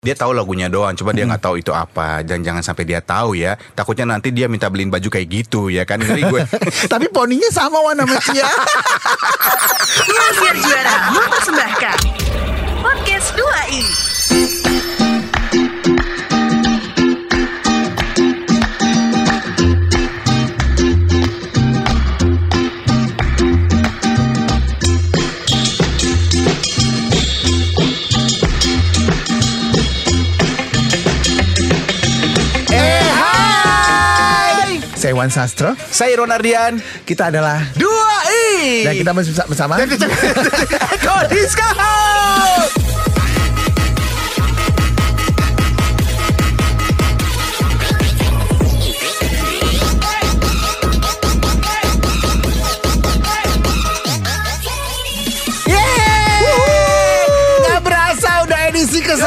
Dia tahu lagunya doang, cuma dia nggak tahu itu apa. Dan jangan sampai dia tahu ya. Takutnya nanti dia minta beliin baju kayak gitu ya kan. Ngeri gue. Tapi poninya sama warna sama Cia. Biar Juara mempersembahkan Podcast 2i. Saya Iwan Sastro. Saya Ron Ardian. Kita adalah 2i. dan kita bersama Eko Disco. Nggak berasa udah edisi ke-100.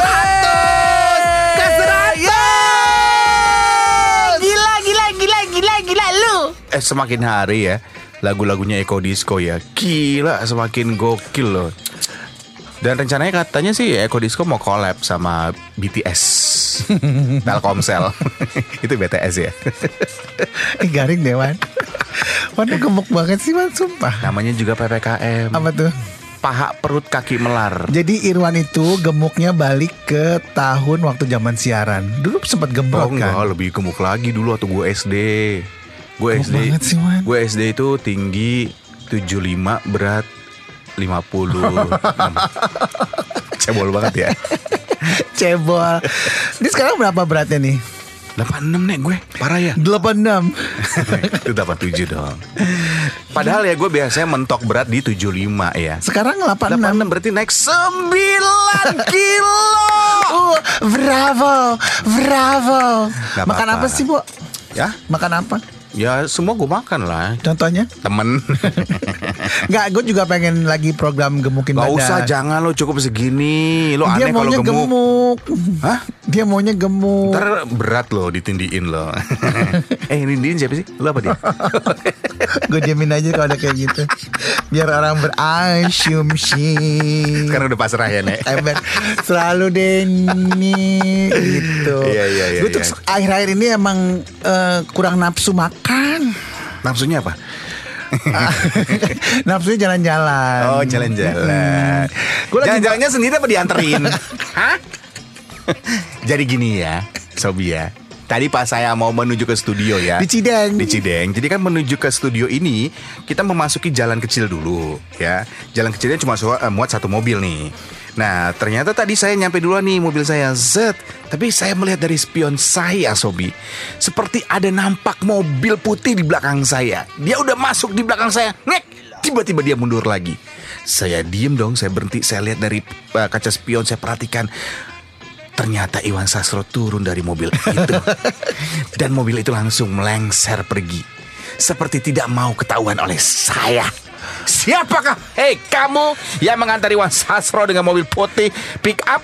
Gila lu. Semakin hari ya lagu-lagunya Eko Disco ya gila, semakin gokil loh. Dan rencananya katanya sih Eko Disco mau collab sama BTS Telkomsel. Itu BTS ya. Garing deh Wan. Wan gemuk banget sih Wan, sumpah. Namanya juga PPKM. Apa tuh? Paha perut kaki melar. Jadi Irwan itu gemuknya balik ke tahun waktu zaman siaran. Dulu sempat gembrot Enggak, kan? lebih gemuk lagi dulu waktu gue SD. Gue Gemuk SD. banget sih, Wan. Gue SD itu tinggi 75, berat 50. Cebol banget ya. Cebol. Ini sekarang berapa beratnya nih? 86 nek gue, parah ya. 86. Itu 87 dong. Padahal ya gue biasanya mentok berat di 75 ya. Sekarang 86. 86 berarti naik 9 kilo. Bravo. Gak Makan apa-apa. apa sih, Bu? Ya, Makan apa? ya semua gue makan lah. Contohnya? Temen. Enggak, gue juga pengen lagi program gemukin Gak badan. usah, jangan lo cukup segini. Lo Dia aneh kalau maunya gemuk. gemuk. Hah? Dia maunya gemuk. Ntar berat lo ditindiin lo. Nindiin siapa sih? Lo apa dia? Gue diamin aja kalau ada kayak gitu. Biar orang berasumsi. Karena udah pasrah ya Nek. Selalu Denny gitu. Iya, Gue tuh akhir-akhir ini emang kurang nafsu makan. Nafsunya apa? Nafsunya jalan-jalan. Oh, jalan-jalan. Gue lagi Jalan-jalannya sendiri apa dianterin? Hah? Jadi gini ya, Sobi ya. Tadi pas saya mau menuju ke studio ya, di Cideng. Jadi kan menuju ke studio ini kita memasuki jalan kecil dulu ya. Jalan kecilnya cuma muat satu mobil nih. Nah ternyata tadi saya nyampe duluan nih, mobil saya Z. Tapi saya melihat dari spion saya, Sobi, seperti ada nampak mobil putih di belakang saya. Dia udah masuk di belakang saya, ngek. Tiba-tiba dia mundur lagi. Saya diem dong, saya berhenti. Saya lihat dari kaca spion, saya perhatikan. Ternyata Iwan Sastro turun dari mobil itu. Dan mobil itu langsung melengser pergi, seperti tidak mau ketahuan oleh saya. Siapakah? Hei kamu yang mengantari Iwan Sastro dengan mobil putih pick up?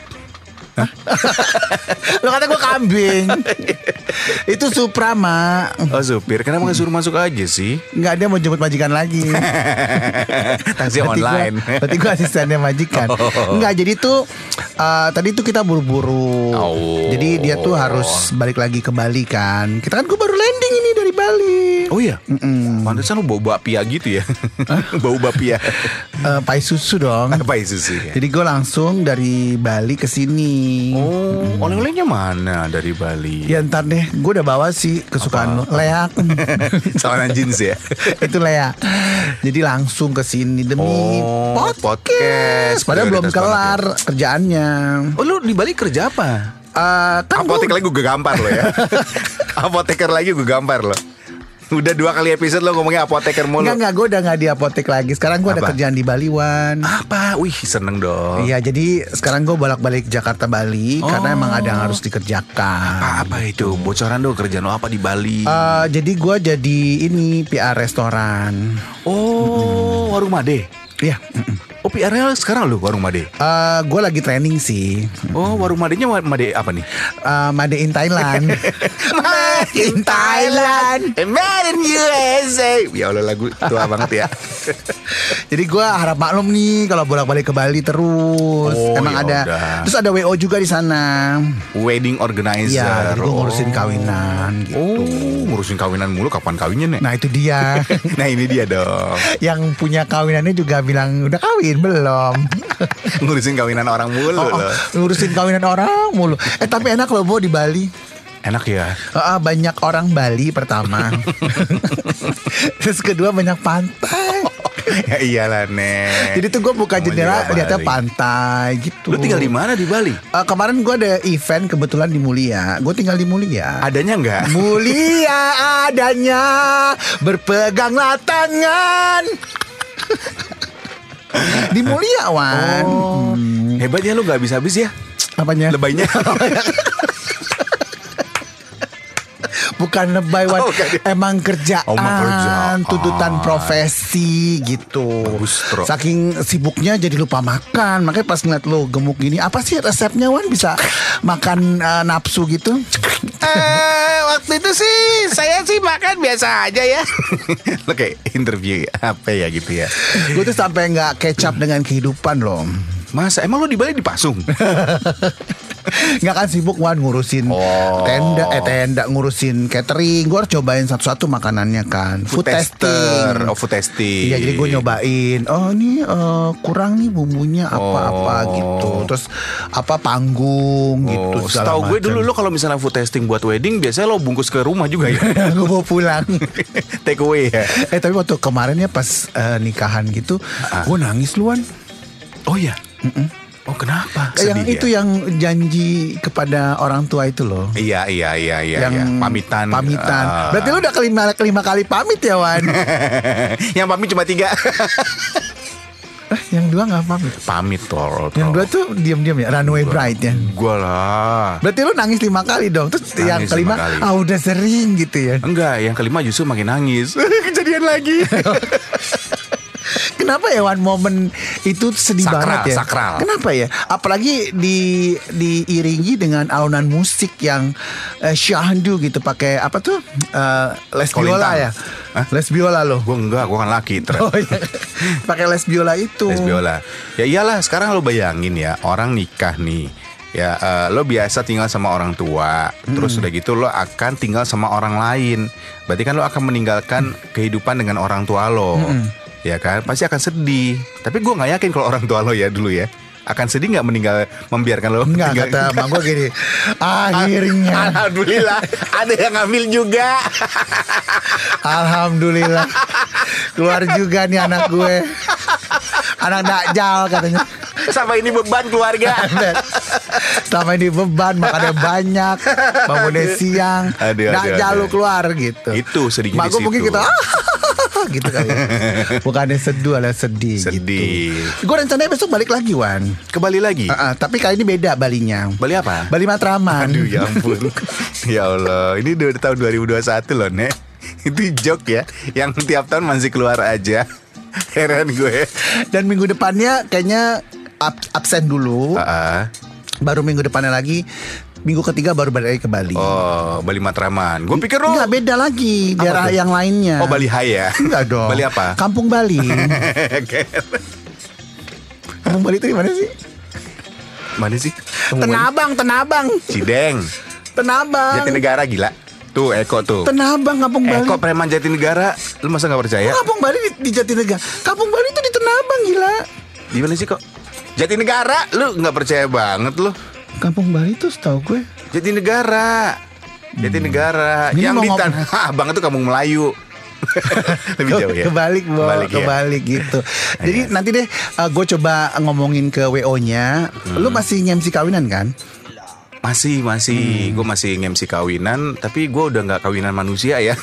Lo kata gue kambing. Itu Supra, Mak. Oh supir, kenapa gak suruh masuk aja sih? Enggak, dia mau jemput majikan lagi. Taksi online. Berarti gue asistennya majikan. Oh. Enggak, jadi tuh tadi tuh kita buru-buru. Oh. Jadi dia tuh harus balik lagi ke Bali kan. Kita kan gue baru landing ini dari Bali. Oh iya? Pantesan lu bau bapia gitu ya. Bau bapia. Pai susu dong. Apa itu sih? Jadi gue langsung dari Bali ke sini. Oh, oleh-olehnya mana dari Bali? Ya ntar deh, gue udah bawa sih kesukaan lo. Leak. Celana jeans ya. Itu Leak. Jadi langsung ke sini demi podcast. Padahal belum Prioritas kelar kerjaannya. Oh, lu di Bali kerja apa? Kan Apotek lagi gue gampar lo ya. Apoteker lagi gue gampar lo. Udah 2 kali episode lo ngomongnya apoteker mulu. Enggak, gue udah gak di apotek lagi. Sekarang gue ada Apa? kerjaan di Bali, Wan. Apa? Wih seneng dong. Iya, jadi sekarang gue bolak-balik Jakarta Bali karena emang ada yang harus dikerjakan. Apa itu? Bocoran dong, kerjaan lo apa di Bali? Jadi gue jadi ini PR restoran. Oh, warung Made. Iya. Oh, PR-nya sekarang lo warung Made. Gue lagi training sih. Oh, warung Madenya Made apa nih? Made in Thailand. Made in Thailand, Made in USA. Ya Allah, lagu tua banget ya. Jadi gue harap maklum nih kalau bolak-balik ke Bali terus. Oh, Emang ya ada. udah. Terus ada WO juga di sana. Wedding organizer. Iya, jadi gue ngurusin kawinan gitu. Oh, ngurusin kawinan mulu, kapan kawinnya nih? Nah itu dia. Nah ini dia dong. Yang punya kawinannya juga bilang udah kawin belum. Ngurusin kawinan orang mulu loh. Ngurusin kawinan orang mulu. Tapi enak loh Bo di Bali. Enak ya. Banyak orang Bali pertama. Terus kedua banyak pantai. Ya iyalah Nek. Jadi tuh gue buka Namanya jendela juga lihatnya Bali. pantai gitu. Lu tinggal di mana di Bali? Kemarin gue ada event kebetulan di Mulia. Gue tinggal di Mulia. Adanya nggak? Mulia adanya, berpeganglah tangan. Di Mulia Wan. Hebat ya lu nggak habis-habis ya Apanya? lebaynya. Bukan lebay Wan. bukan. Emang kerjaan, emang kerjaan. tuntutan profesi gitu. Bagus, Tro. Saking sibuknya jadi lupa makan. Makanya pas ngeliat lo gemuk gini, apa sih resepnya Wan bisa makan nafsu gitu? Waktu itu sih saya sih makan biasa aja ya. Lo kayak interview apa ya gitu ya. Gue tuh sampai nggak kecap dengan kehidupan loh. Masa emang lo di Bali dipasung? Nggak kan sibuk Wan ngurusin Oh. tenda ngurusin catering. Gue harus cobain satu-satu makanannya kan. Food testing. Oh, food testing. Iya, jadi gue nyobain. Oh ini kurang nih bumbunya apa-apa gitu. Terus apa panggung gitu. segala Setahu gue macam. dulu lo kalau misalnya food testing buat wedding biasanya lo bungkus ke rumah juga ya. Gue bawa pulang. Take away ya. Tapi waktu kemarin ya pas nikahan gitu, gue nangis luan. Oh ya. Oh kenapa? Yang Sedih itu ya? yang janji kepada orang tua itu loh. Iya. Yang Iya. Pamitan. Berarti lu udah kelima kali pamit ya Wan. Yang pamit cuma 3. Yang dua gak pamit. Pamit tol. Yang dua tuh diam-diam ya, runway bride ya. Gue lah. Berarti lu nangis 5 kali dong. Terus Nangis yang kelima 5 kali. udah sering gitu ya. Enggak, yang kelima justru makin nangis. Kejadian lagi. Kenapa ya Wan momen itu sedih Sakral, banget ya? sakral. Kenapa ya? Apalagi diiringi dengan alunan musik yang syahdu gitu, pakai apa tuh? Les biola Kolintang. ya? Hah? Les biola loh. Gue enggak, gue kan laki. Oh iya. Pakai les biola itu. Les biola. Ya iyalah, sekarang lo bayangin ya, orang nikah nih. Ya lo biasa tinggal sama orang tua. Terus udah gitu lo akan tinggal sama orang lain. Berarti kan lo akan meninggalkan kehidupan dengan orang tua lo. Ya kan, pasti akan sedih. Tapi gue nggak yakin kalau orang tua lo ya dulu ya akan sedih nggak membiarkan lo Enggak, tinggal. kata bang gue gini. Akhirnya Alhamdulillah ada yang ngambil juga. Alhamdulillah keluar juga nih anak gue. Anak dakjal katanya. Sama ini beban keluarga. Selama ini beban, makannya banyak, bangunnya siang, Aduh, dakjal aduh. lu keluar gitu. Itu sedihnya Mak di gue mungkin situ. gitu gitu kali. Bukannya sedih, lah sedih. Sedih. Gitu. Gue rencananya besok balik lagi Wan. Ke Bali lagi. Tapi kali ini beda Balinya. Bali apa? Bali Matraman. Aduh ya ampun. Ya Allah, ini udah tahun 2021 loh Nek. Itu joke ya, yang tiap tahun masih keluar aja. Heran gue. Dan minggu depannya kayaknya absen dulu. Baru minggu depannya lagi, minggu ketiga baru balik lagi ke Bali. Oh, Bali Matraman. Gue pikir lo. Enggak, beda lagi daerah tuh? yang lainnya. Oh, Bali Hai ya. Enggak dong. Bali apa? Kampung Bali. Kampung Bali itu di mana sih? Mana sih? Tenabang. Cideng. Tenabang. Jatinegara gila. Tuh Eko tuh. Tenabang, Kampung Bali. Eko preman Jatinegara. Lu masa gak percaya? Kampung Bali di Jatinegara. Kampung Bali itu di Tenabang gila. Di mana sih kok? Jatinegara. Lu gak percaya banget lu. Kampung Bali itu setahu gue. Jatinegara. Jatinegara. Ini Yang mau di Tanah Abang itu Kampung Melayu. Lebih jauh ya. Kebalik Bo, kebalik gitu. Jadi nanti deh gue coba ngomongin ke WO-nya. Lu masih nge-MC kawinan kan? Masih gue masih nge-MC kawinan. Tapi gue udah gak kawinan manusia ya.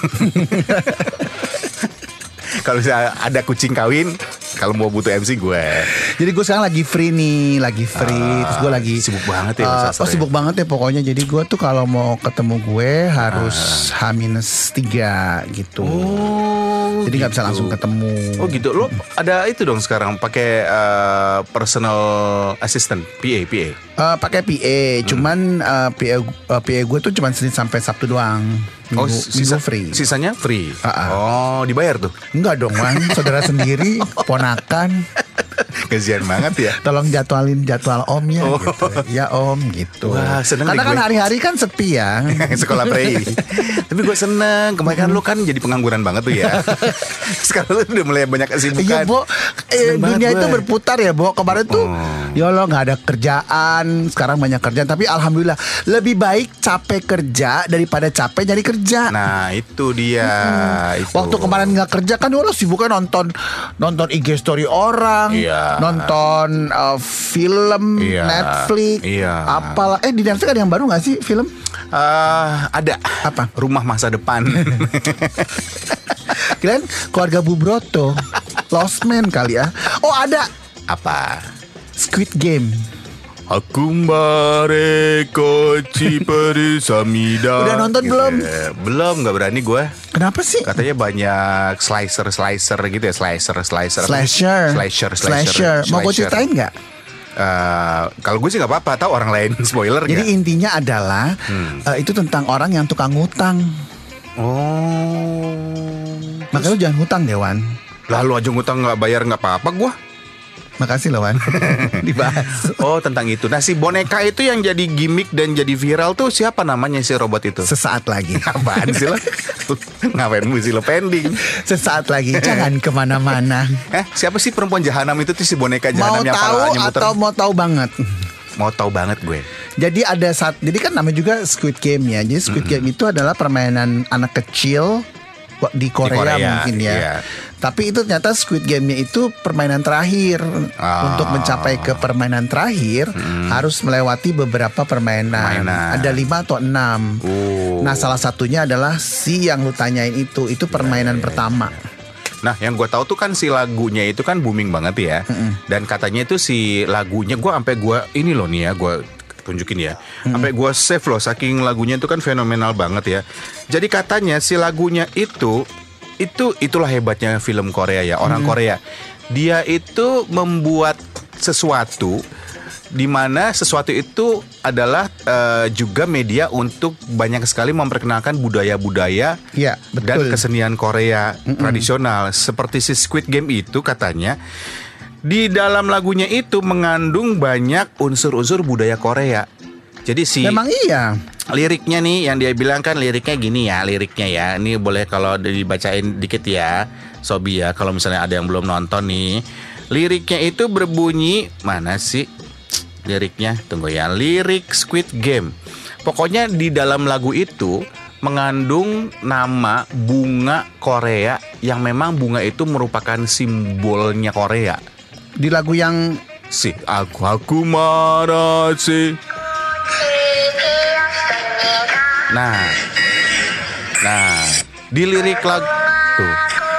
Kalau misalnya ada kucing kawin, kalau mau butuh MC gue. Jadi gue sekarang lagi free nih, terus gue lagi sibuk banget ya Mas Sastra ya? sibuk banget ya pokoknya. Jadi gue tuh kalau mau ketemu gue harus H-3 gitu. Oh, Jadi nggak bisa langsung ketemu. Oh gitu. Lo ada itu dong sekarang pakai personal assistant, PA. Pakai PA, cuman PA gue tuh cuman Senin sampai Sabtu doang. Minggu free. Sisanya free. Oh, dibayar tuh? Enggak dong, Wan. Saudara sendiri, ponakan. Kasian banget ya. Tolong jadwal omnya gitu. Ya om gitu. Wah, seneng karena kan hari-hari kan sepi ya. Sekolah prei. Tapi gue seneng. Kemarin kan lu kan jadi pengangguran banget tuh ya. Sekarang lu udah mulai banyak kesibukan. Iya Bo, dunia itu berputar ya Bo. Kemarin tuh ya Allah gak ada kerjaan. Sekarang banyak kerjaan. Tapi alhamdulillah lebih baik capek kerja daripada capek nyari kerja. Nah itu dia. Waktu kemarin gak kerja kan lo sibuknya nonton IG story orang. Nonton film Netflix. Apalah. Di Netflix ada yang baru gak sih film? Ada. Apa? Rumah Masa Depan. Kalian keluarga Bu Broto. Lost Man kali ya. Oh ada. Apa? Squid Game. Akumbare kochi perisamida. Udah nonton gitu belum? Belum, gak berani gue. Kenapa sih? Katanya banyak slicer gitu ya. Slasher. Mau gue ceritain gak? Kalau gue sih gak apa-apa. Tahu orang lain spoiler. Jadi intinya adalah itu tentang orang yang tukang ngutang. Oh. Makanya lu jangan ngutang Dewan. Lalu aja ngutang gak bayar gak apa-apa gue. Makasih loh Wan. Dibahas. Oh tentang itu. Nah si boneka itu yang jadi gimmick dan jadi viral tuh siapa namanya si robot itu? Sesaat lagi. Apaan sih lo? Ngapain mesti lo pending? Sesaat lagi. Jangan kemana-mana. Siapa sih perempuan jahanam itu tuh si boneka jahanam yang palanya muter? Atau mau tahu banget? Mau tahu banget gue. Jadi jadi kan namanya juga Squid Game ya. Jadi Squid Game itu adalah permainan anak kecil di Korea mungkin ya. Iya. Tapi itu ternyata Squid Game-nya itu permainan terakhir. Untuk mencapai ke permainan terakhir harus melewati beberapa permainan. Ada 5 atau 6. Nah salah satunya adalah si yang lu tanyain itu permainan pertama. Nah yang gue tahu tuh kan si lagunya itu kan booming banget ya. Dan katanya itu si lagunya gue ini loh nih ya gue tunjukin ya. Sampai gue save loh saking lagunya itu kan fenomenal banget ya. Jadi katanya si lagunya itulah hebatnya film Korea ya, orang Korea. Dia itu membuat sesuatu di mana sesuatu itu adalah juga media untuk banyak sekali memperkenalkan budaya-budaya dan kesenian Korea tradisional. Seperti si Squid Game itu katanya di dalam lagunya itu mengandung banyak unsur-unsur budaya Korea. Jadi memang iya. Liriknya nih yang dia bilang kan liriknya gini ya, ini boleh kalau dibacain dikit ya, Sobi ya, kalau misalnya ada yang belum nonton nih. Liriknya itu berbunyi, mana sih liriknya? Tunggu ya, lirik Squid Game. Pokoknya di dalam lagu itu mengandung nama bunga Korea yang memang bunga itu merupakan simbolnya Korea. Di lagu yang si aku marah sih. Nah, di lirik lagu tuh.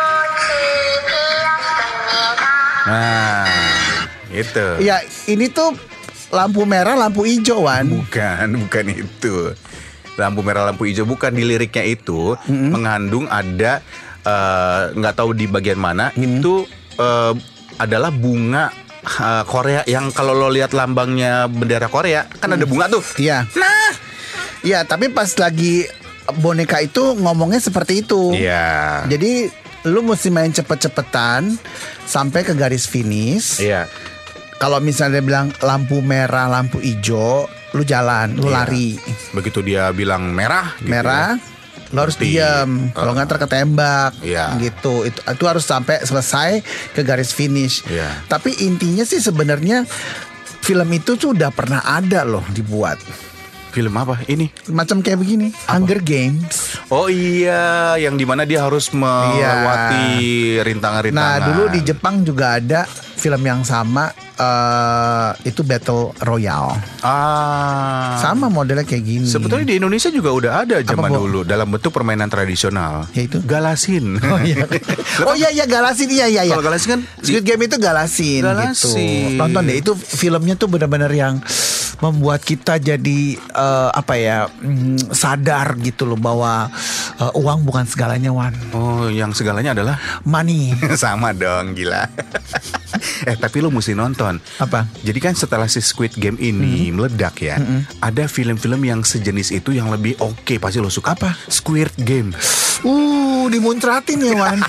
Nah, itu. Ya, ini tuh lampu merah, lampu hijau, Wan. Bukan itu. Lampu merah, lampu hijau bukan, di liriknya itu mengandung ada nggak tahu di bagian mana itu adalah bunga Korea yang kalau lo lihat lambangnya bendera Korea kan ada bunga tuh. Iya. Iya, tapi pas lagi boneka itu ngomongnya seperti itu. Iya. Jadi lu mesti main cepet-cepetan sampai ke garis finish. Iya. Kalau misalnya dia bilang lampu merah, lampu hijau, lu jalan, lu lari. Begitu dia bilang merah, gitu merah, ya, lu harus diam. Kalau nggak terketembak, gitu. Itu harus sampai selesai ke garis finish. Iya. Tapi intinya sih sebenarnya film itu tuh udah pernah ada loh dibuat. Film apa ini? Macam kayak begini, Hunger Games. Oh iya, yang dimana dia harus melewati rintangan-rintangan. Nah dulu di Jepang juga ada film yang sama, itu Battle Royale. Sama modelnya kayak gini. Sebetulnya di Indonesia juga udah ada zaman dulu dalam bentuk permainan tradisional. Yaitu Galasin. Oh iya Galasin, iya. Kalau Galasin kan Squid Game itu Galasin. Gitu. Nonton deh, itu filmnya tuh benar-benar yang membuat kita jadi sadar gitu loh bahwa Uang bukan segalanya, Wan. Oh, yang segalanya adalah Money. sama dong, gila. Tapi lo mesti nonton. Apa? Jadi kan setelah si Squid Game ini meledak ya, ada film-film yang sejenis itu yang lebih oke, pasti lo suka. Apa? Squid Game. Dimuntratin ya, Wan.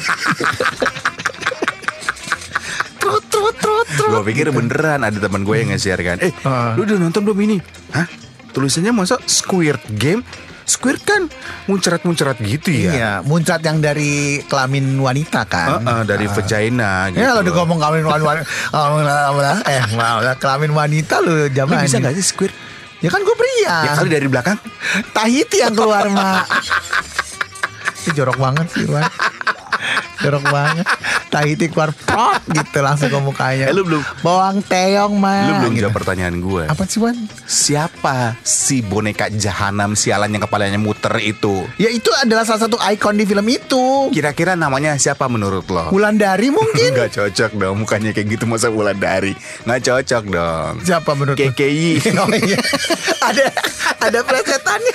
Trut. Gue pikir beneran ada teman gue yang nge-share kan. Lu udah nonton belum ini? Hah? Tulisannya masa Squid Game? Squid kan muncrat-muncrat gitu ya. Iya, muncrat yang dari kelamin wanita kan. Dari vagina gitu. Ya kalau ngomong kelamin wanita, kelamin wanita lu Lu zaman. bisa gak sih squid? Ya kan gue pria. Ya kali dari belakang. Tahiti yang keluar, Mak. Ini jorok banget sih, Wan. Jorok banget. Tahiti keluar prot gitu langsung ke mukanya. Lu belum bawang teong, Mak. Lu belum gitu. jawab pertanyaan gue. Apa sih, Wan? Siapa si boneka jahanam sialan yang kepalanya muter itu? Ya itu adalah salah satu ikon di film itu. Kira-kira namanya siapa menurut lo? Wulandari mungkin. Gak cocok dong, mukanya kayak gitu masa Wulandari. Gak cocok dong. Siapa menurut lo? KKI. Oh iya. ada plesetannya.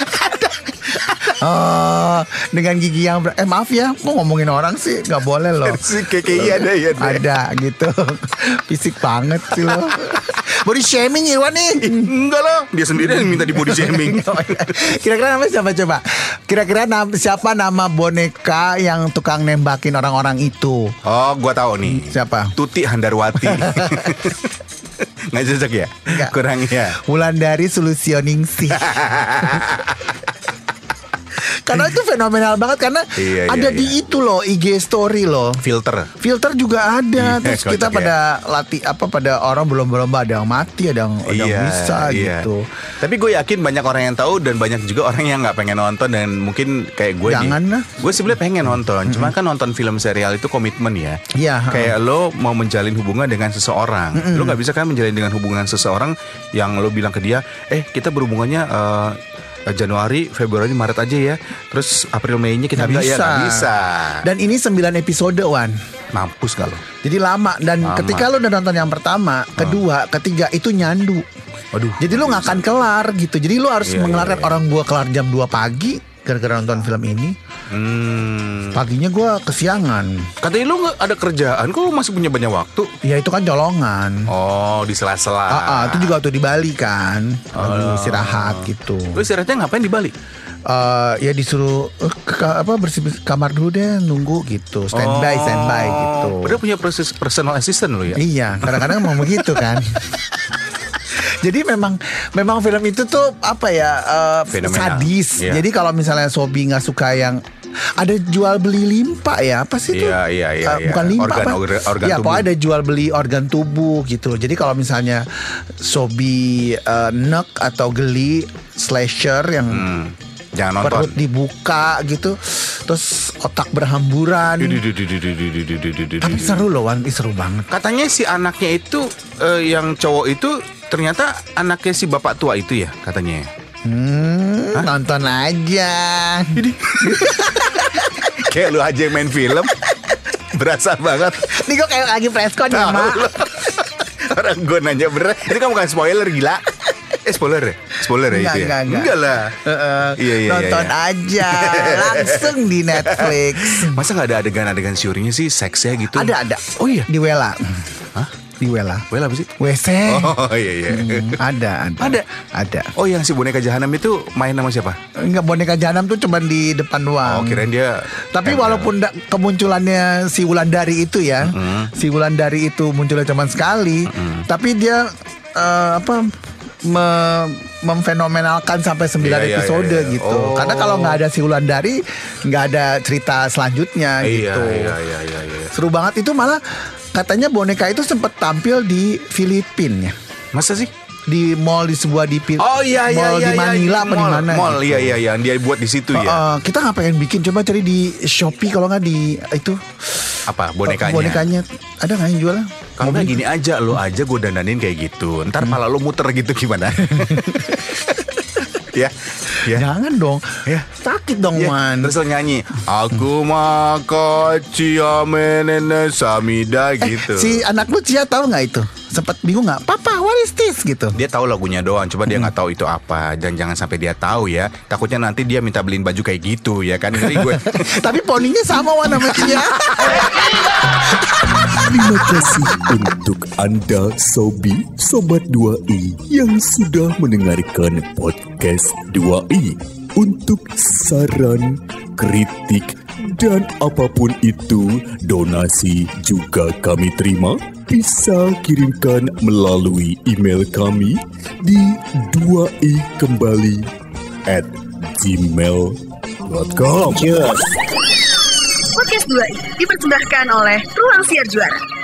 Dengan gigi yang maaf ya, mau ngomongin orang sih nggak boleh loh. Si KKI ada ya? Ada gitu. Fisik banget sih lo. Body shaming Iwan nih. Enggak loh, dia sendiri yang minta di body shaming. Kira-kira namanya siapa coba? Kira-kira siapa nama boneka yang tukang nembakin orang-orang itu? Oh, gua tahu nih. Siapa? Tuti Handarwati. Nggak cocok ya? Nggak. Kurang ya? Wulandari Solusioningsih. Karena itu fenomenal banget karena ada di itu loh IG story loh. Filter juga ada. Terus kita pada pada orang belum ada yang mati, ada yang bisa gitu. Tapi gue yakin banyak orang yang tahu dan banyak juga orang yang nggak pengen nonton dan mungkin kayak gue nih. Gue sebenarnya pengen nonton, cuma kan nonton film serial itu komitmen ya. Iya. Kayak lo mau menjalin hubungan dengan seseorang, lo nggak bisa kan menjalin dengan hubungan seseorang yang lo bilang ke dia, kita berhubungannya Januari, Februari, Maret aja ya. Terus April, Mei-nya kita nggak bisa. Dan ini 9 episode, Wan. Mampus gak lo? Jadi lama. Dan ketika lo udah nonton yang pertama, kedua, ketiga itu nyandu. Aduh. Jadi lo gak akan kelar gitu. Jadi lo harus mengelarkan orang gua kelar jam 2 pagi gara-gara nonton film ini. Paginya gua kesiangan. Katanya lo gak ada kerjaan, kok lo masih punya banyak waktu? Ya itu kan colongan. Oh, di sela-sela. Itu juga waktu di Bali kan. Lagi istirahat gitu. Lo istirahatnya ngapain di Bali? Ya disuruh bersih kamar dulu deh, nunggu gitu, standby gitu. Udah punya personal assistant lo ya? Iya, kadang-kadang mau begitu kan. Jadi memang film itu tuh sadis. Iya. Jadi kalau misalnya Sobi nggak suka yang ada jual beli limpa ya, apa sih itu? Iya. Bukan limpa, organ ya, tubuh. pokoknya ada jual beli organ tubuh gitu. Jadi kalau misalnya Sobi nek atau geli slasher yang jangan nonton. Perut dibuka gitu, terus otak berhamburan. Tapi seru loh, Wan, seru banget. Katanya si anaknya itu yang cowok itu ternyata anaknya si bapak tua itu ya katanya. Nonton aja. Kayak lu aja yang main film. Berasa banget. Nih gue kayak lagi preskon ya, Mak. Orang gue nanya bener. Itu kan bukan spoiler, gila. Spoiler ya? Spoiler ya itu ya? Enggak lah. Iya. Nonton aja langsung di Netflix. Masa gak ada adegan-adegan syurinya sih, seksnya gitu? Ada. Oh iya? Di Wela. Hah? Di Wela. Wela apa sih? WC. Oh iya. Ada. Oh, yang si boneka jahanam itu main sama siapa? Enggak, boneka jahanam tuh cuma di depan doang. Oh, kirain dia. Tapi walaupun kemunculannya si Wulandari itu ya, si Wulandari itu munculnya cuma sekali, tapi dia memfenomenalkan sampai 9 episode gitu. Oh. Karena kalau nggak ada si Wulandari, nggak ada cerita selanjutnya gitu. Iya. Seru banget itu, malah katanya boneka itu sempat tampil di Filipina. Masa sih? Di mall di sebuah di mall di Manila apa di mana? Mall iya yang dia buat di situ ya. Kita nggak pengen bikin, coba cari di Shopee kalau nggak di itu. Apa bonekanya? Bonekanya ada nggak yang jual? Kalau nggak gini aja, lo aja gue dandanin kayak gitu. Ntar malah lo muter gitu gimana? Ya. Ya. Jangan dong. Ya. Sakit dong, Man. Terus lo nyanyi, aku maka Cia menene samida gitu. Si anak lu Cia tahu nggak itu? Sempat bingung nggak? Papa, what is this gitu? Dia tahu lagunya doang, coba dia nggak tahu itu apa. Dan jangan sampai dia tahu ya. Takutnya nanti dia minta beliin baju kayak gitu ya kan. Ngeri gue. Tapi poninya sama warna sama Cia. Terima kasih untuk Anda Sobi Sobat 2i yang sudah mendengarkan podcast 2i. Untuk saran, kritik, dan apapun itu, donasi juga kami terima. Bisa kirimkan melalui email kami di 2ikembali@gmail.com. Podcast 2i dipersembahkan oleh Ruang Siar Juara.